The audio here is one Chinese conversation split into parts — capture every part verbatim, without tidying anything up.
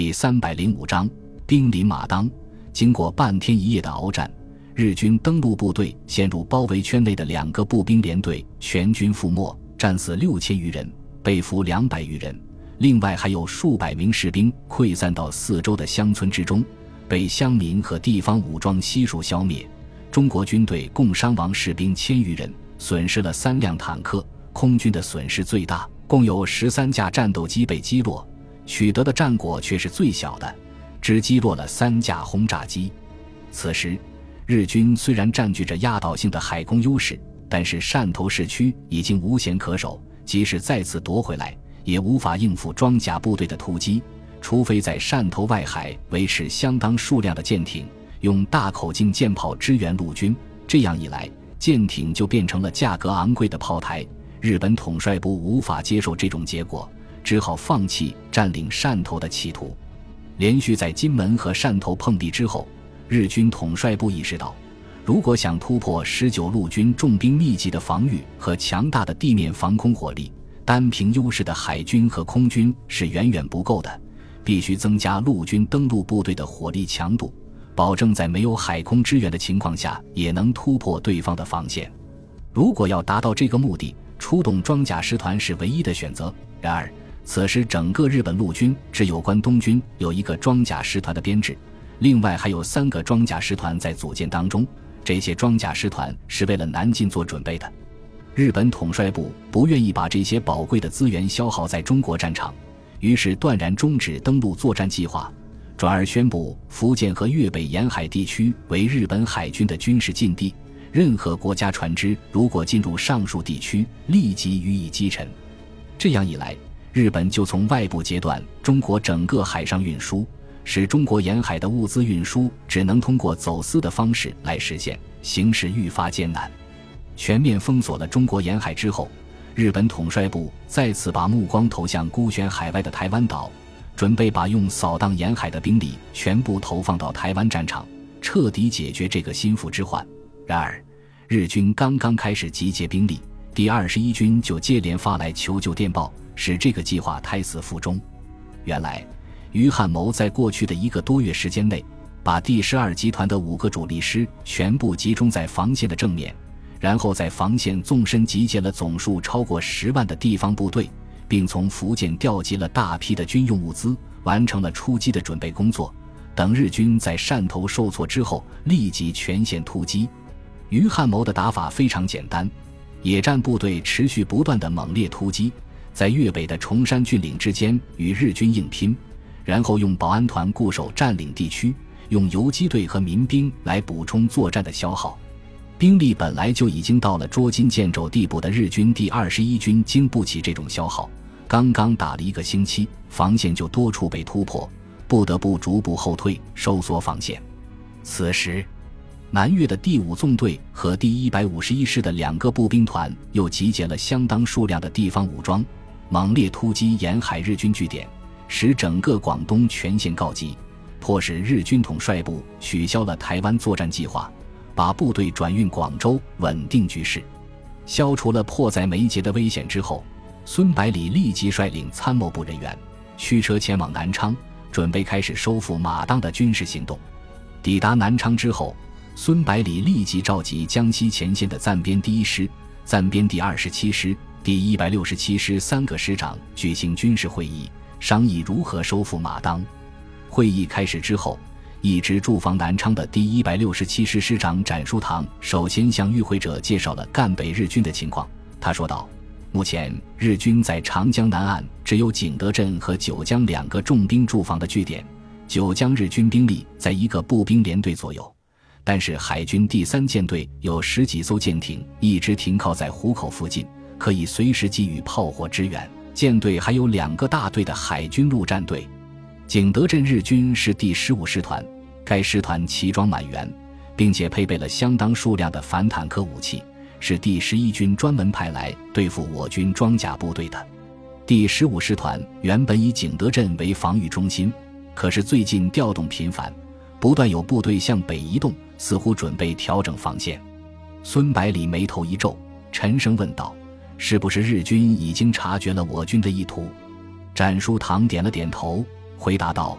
第三百零五章兵临马当。经过半天一夜的鏖战，日军登陆部队陷入包围圈内的两个步兵连队全军覆没，战死六千余人，被俘两百余人，另外还有数百名士兵溃散到四周的乡村之中，被乡民和地方武装悉数消灭。中国军队共伤亡士兵千余人，损失了三辆坦克，空军的损失最大，共有十三架战斗机被击落，取得的战果却是最小的，只击落了三架轰炸机。此时日军虽然占据着压倒性的海空优势，但是汕头市区已经无险可守，即使再次夺回来也无法应付装甲部队的突击，除非在汕头外海维持相当数量的舰艇，用大口径舰炮支援陆军。这样一来，舰艇就变成了价格昂贵的炮台。日本统帅部无法接受这种结果，只好放弃占领汕头的企图。连续在金门和汕头碰壁之后，日军统帅部意识到，如果想突破十九路军重兵密集的防御和强大的地面防空火力，单凭优势的海军和空军是远远不够的，必须增加陆军登陆部队的火力强度，保证在没有海空支援的情况下也能突破对方的防线。如果要达到这个目的，出动装甲师团是唯一的选择。然而此时整个日本陆军只有关东军有一个装甲师团的编制，另外还有三个装甲师团在组建当中，这些装甲师团是为了南进做准备的。日本统帅部不愿意把这些宝贵的资源消耗在中国战场，于是断然终止登陆作战计划，转而宣布福建和粤北沿海地区为日本海军的军事禁地，任何国家船只如果进入上述地区，立即予以击沉。这样一来，日本就从外部截断中国整个海上运输，使中国沿海的物资运输只能通过走私的方式来实现，形势愈发艰难。全面封锁了中国沿海之后，日本统帅部再次把目光投向孤悬海外的台湾岛，准备把用扫荡沿海的兵力全部投放到台湾战场，彻底解决这个心腹之患。然而日军刚刚开始集结兵力，第二十一军就接连发来求救电报，使这个计划胎死腹中。原来于汉谋在过去的一个多月时间内，把第十二集团的五个主力师全部集中在防线的正面，然后在防线纵深集结了总数超过十万的地方部队，并从福建调集了大批的军用物资，完成了出击的准备工作。等日军在汕头受挫之后，立即全线突击。于汉谋的打法非常简单，野战部队持续不断的猛烈突击，在粤北的崇山峻岭之间与日军硬拼，然后用保安团固守占领地区，用游击队和民兵来补充作战的消耗。兵力本来就已经到了捉襟见肘地步的日军第二十一军经不起这种消耗，刚刚打了一个星期，防线就多处被突破，不得不逐步后退，收缩防线。此时南越的第五纵队和第一百五十一师的两个步兵团又集结了相当数量的地方武装，猛烈突击沿海日军据点，使整个广东全线告急，迫使日军统帅部取消了台湾作战计划，把部队转运广州，稳定局势。消除了迫在眉睫的危险之后，孙百里立即率领参谋部人员驱车前往南昌，准备开始收复马当的军事行动。抵达南昌之后，孙百里立即召集江西前线的暂编第一师、暂编第二十七师、第一百六十七师三个师长举行军事会议，商议如何收复马当。会议开始之后，一直驻防南昌的第一百六十七师师长展书堂首先向与会者介绍了赣北日军的情况。他说道，目前日军在长江南岸只有景德镇和九江两个重兵驻防的据点，九江日军兵力在一个步兵连队左右，但是海军第三舰队有十几艘舰艇一直停靠在湖口附近，可以随时给予炮火支援。舰队还有两个大队的海军陆战队。景德镇日军是第十五师团，该师团齐装满员，并且配备了相当数量的反坦克武器，是第十一军专门派来对付我军装甲部队的。第十五师团原本以景德镇为防御中心，可是最近调动频繁，不断有部队向北移动，似乎准备调整防线。孙百里眉头一皱，沉声问道，是不是日军已经察觉了我军的意图？展书堂点了点头，回答道，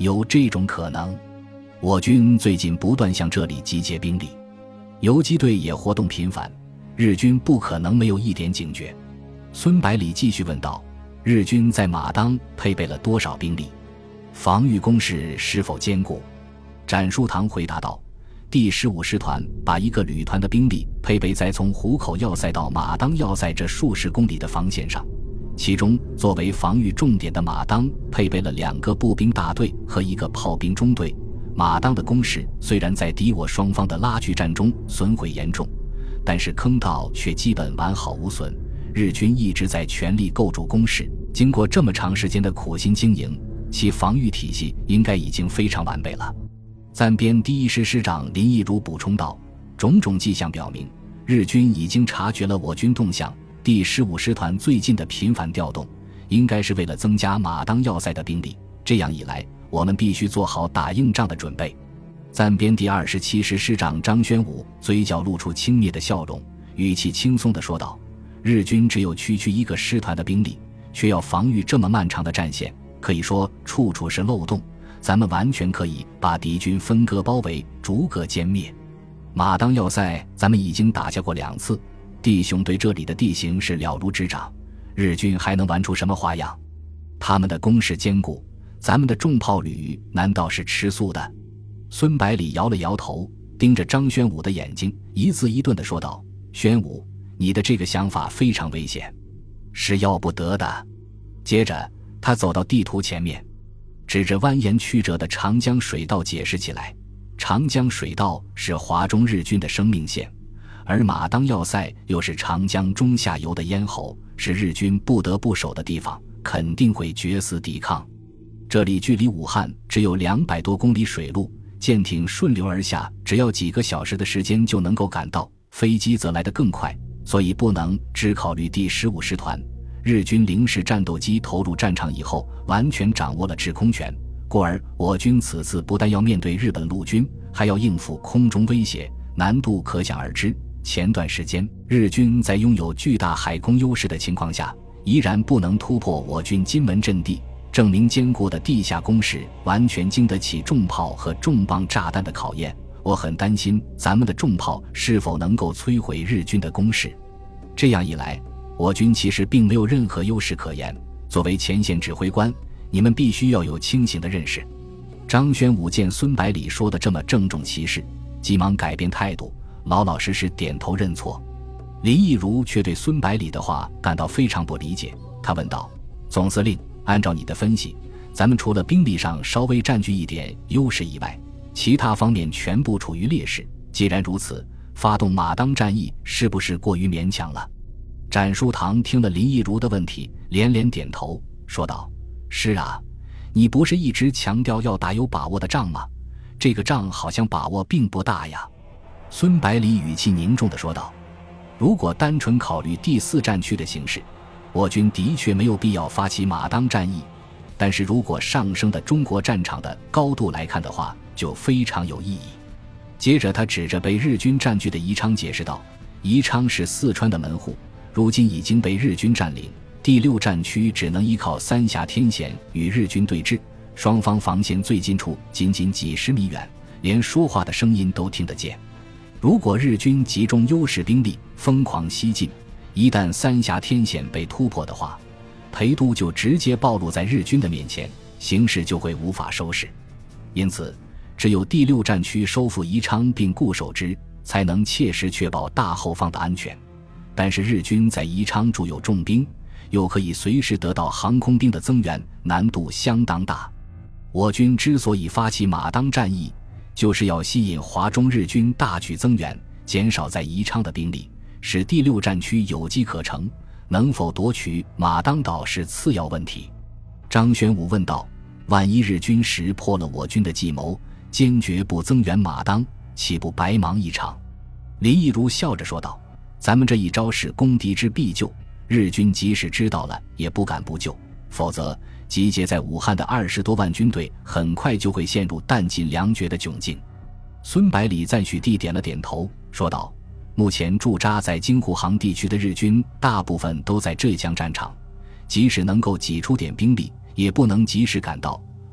有这种可能。我军最近不断向这里集结兵力，游击队也活动频繁，日军不可能没有一点警觉。孙百里继续问道，日军在马当配备了多少兵力？防御工事是否坚固？展书堂回答道，第十五师团把一个旅团的兵力配备在从湖口要塞到马当要塞这数十公里的防线上，其中作为防御重点的马当配备了两个步兵大队和一个炮兵中队。马当的工事虽然在敌我双方的拉锯战中损毁严重，但是坑道却基本完好无损，日军一直在全力构筑工事，经过这么长时间的苦心经营，其防御体系应该已经非常完备了。暂编第一师师长林毅如补充道，种种迹象表明，日军已经察觉了我军动向，第十五师团最近的频繁调动，应该是为了增加马当要塞的兵力，这样一来，我们必须做好打硬仗的准备。暂编第二十七师师长张宣武嘴角露出轻蔑的笑容，语气轻松地说道，日军只有区区一个师团的兵力，却要防御这么漫长的战线，可以说处处是漏洞，咱们完全可以把敌军分割包围，逐个歼灭。马当要塞咱们已经打下过两次，弟兄对这里的地形是了如指掌，日军还能玩出什么花样？他们的攻势坚固，咱们的重炮旅难道是吃素的？孙百里摇了摇头，盯着张宣武的眼睛，一字一顿地说道，宣武，你的这个想法非常危险，是要不得的。接着他走到地图前面，指着蜿蜒曲折的长江水道解释起来，长江水道是华中日军的生命线，而马当要塞又是长江中下游的咽喉，是日军不得不守的地方，肯定会决死抵抗。这里距离武汉只有两百多公里水路，舰艇顺流而下，只要几个小时的时间就能够赶到，飞机则来得更快，所以不能只考虑第十五师团。日军零式战斗机投入战场以后，完全掌握了制空权，故而我军此次不但要面对日本陆军，还要应付空中威胁，难度可想而知。前段时间，日军在拥有巨大海空优势的情况下，依然不能突破我军金门阵地，证明坚固的地下工事完全经得起重炮和重磅炸弹的考验。我很担心咱们的重炮是否能够摧毁日军的工事。这样一来，我军其实并没有任何优势可言。作为前线指挥官，你们必须要有清醒的认识。张宣武见孙百里说的这么郑重其事，急忙改变态度，老老实实点头认错。林毅如却对孙百里的话感到非常不理解，他问道，总司令，按照你的分析，咱们除了兵力上稍微占据一点优势以外，其他方面全部处于劣势，既然如此，发动马当战役是不是过于勉强了？展书堂听了林毅如的问题，连连点头说道，是啊，你不是一直强调要打有把握的仗吗？这个仗好像把握并不大呀。孙百里语气凝重地说道，如果单纯考虑第四战区的形势，我军的确没有必要发起马当战役，但是如果上升的中国战场的高度来看的话，就非常有意义。接着他指着被日军占据的宜昌解释道，宜昌是四川的门户，如今已经被日军占领，第六战区只能依靠三峡天险与日军对峙，双方防线最近处仅仅几十米远，连说话的声音都听得见。如果日军集中优势兵力疯狂西进，一旦三峡天险被突破的话，裴都就直接暴露在日军的面前，形势就会无法收拾。因此只有第六战区收复宜昌并固守之，才能切实确保大后方的安全。但是日军在宜昌驻有重兵，又可以随时得到航空兵的增援，难度相当大。我军之所以发起马当战役，就是要吸引华中日军大举增援，减少在宜昌的兵力，使第六战区有机可乘。能否夺取马当岛是次要问题。张宣武问道，万一日军识破了我军的计谋，坚决不增援马当，岂不白忙一场？林毅如笑着说道，咱们这一招是攻敌之必救，日军即使知道了也不敢不救，否则集结在武汉的二十多万军队很快就会陷入弹尽粮绝的窘境。孙百里赞许地点了点头，说道，目前驻扎在京沪杭地区的日军大部分都在浙江战场，即使能够挤出点兵力，也不能及时赶到，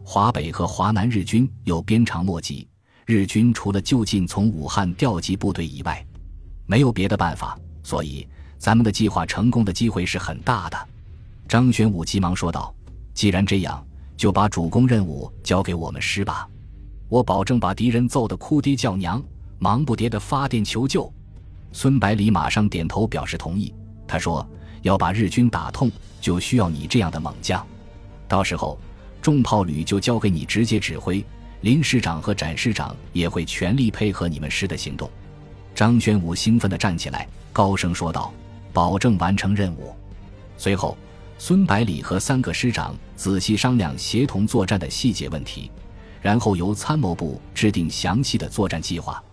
华北和华南日军又鞭长莫及，日军除了就近从武汉调集部队以外，没有别的办法，所以咱们的计划成功的机会是很大的。张玄武急忙说道，既然这样，就把主攻任务交给我们师吧，我保证把敌人揍得哭爹叫娘，忙不迭地发电求救。孙百里马上点头表示同意，他说，要把日军打痛，就需要你这样的猛将，到时候重炮旅就交给你直接指挥，林师长和展师长也会全力配合你们师的行动。张玄武兴奋地站起来，高声说道，保证完成任务。随后孙百里和三个师长仔细商量协同作战的细节问题，然后由参谋部制定详细的作战计划。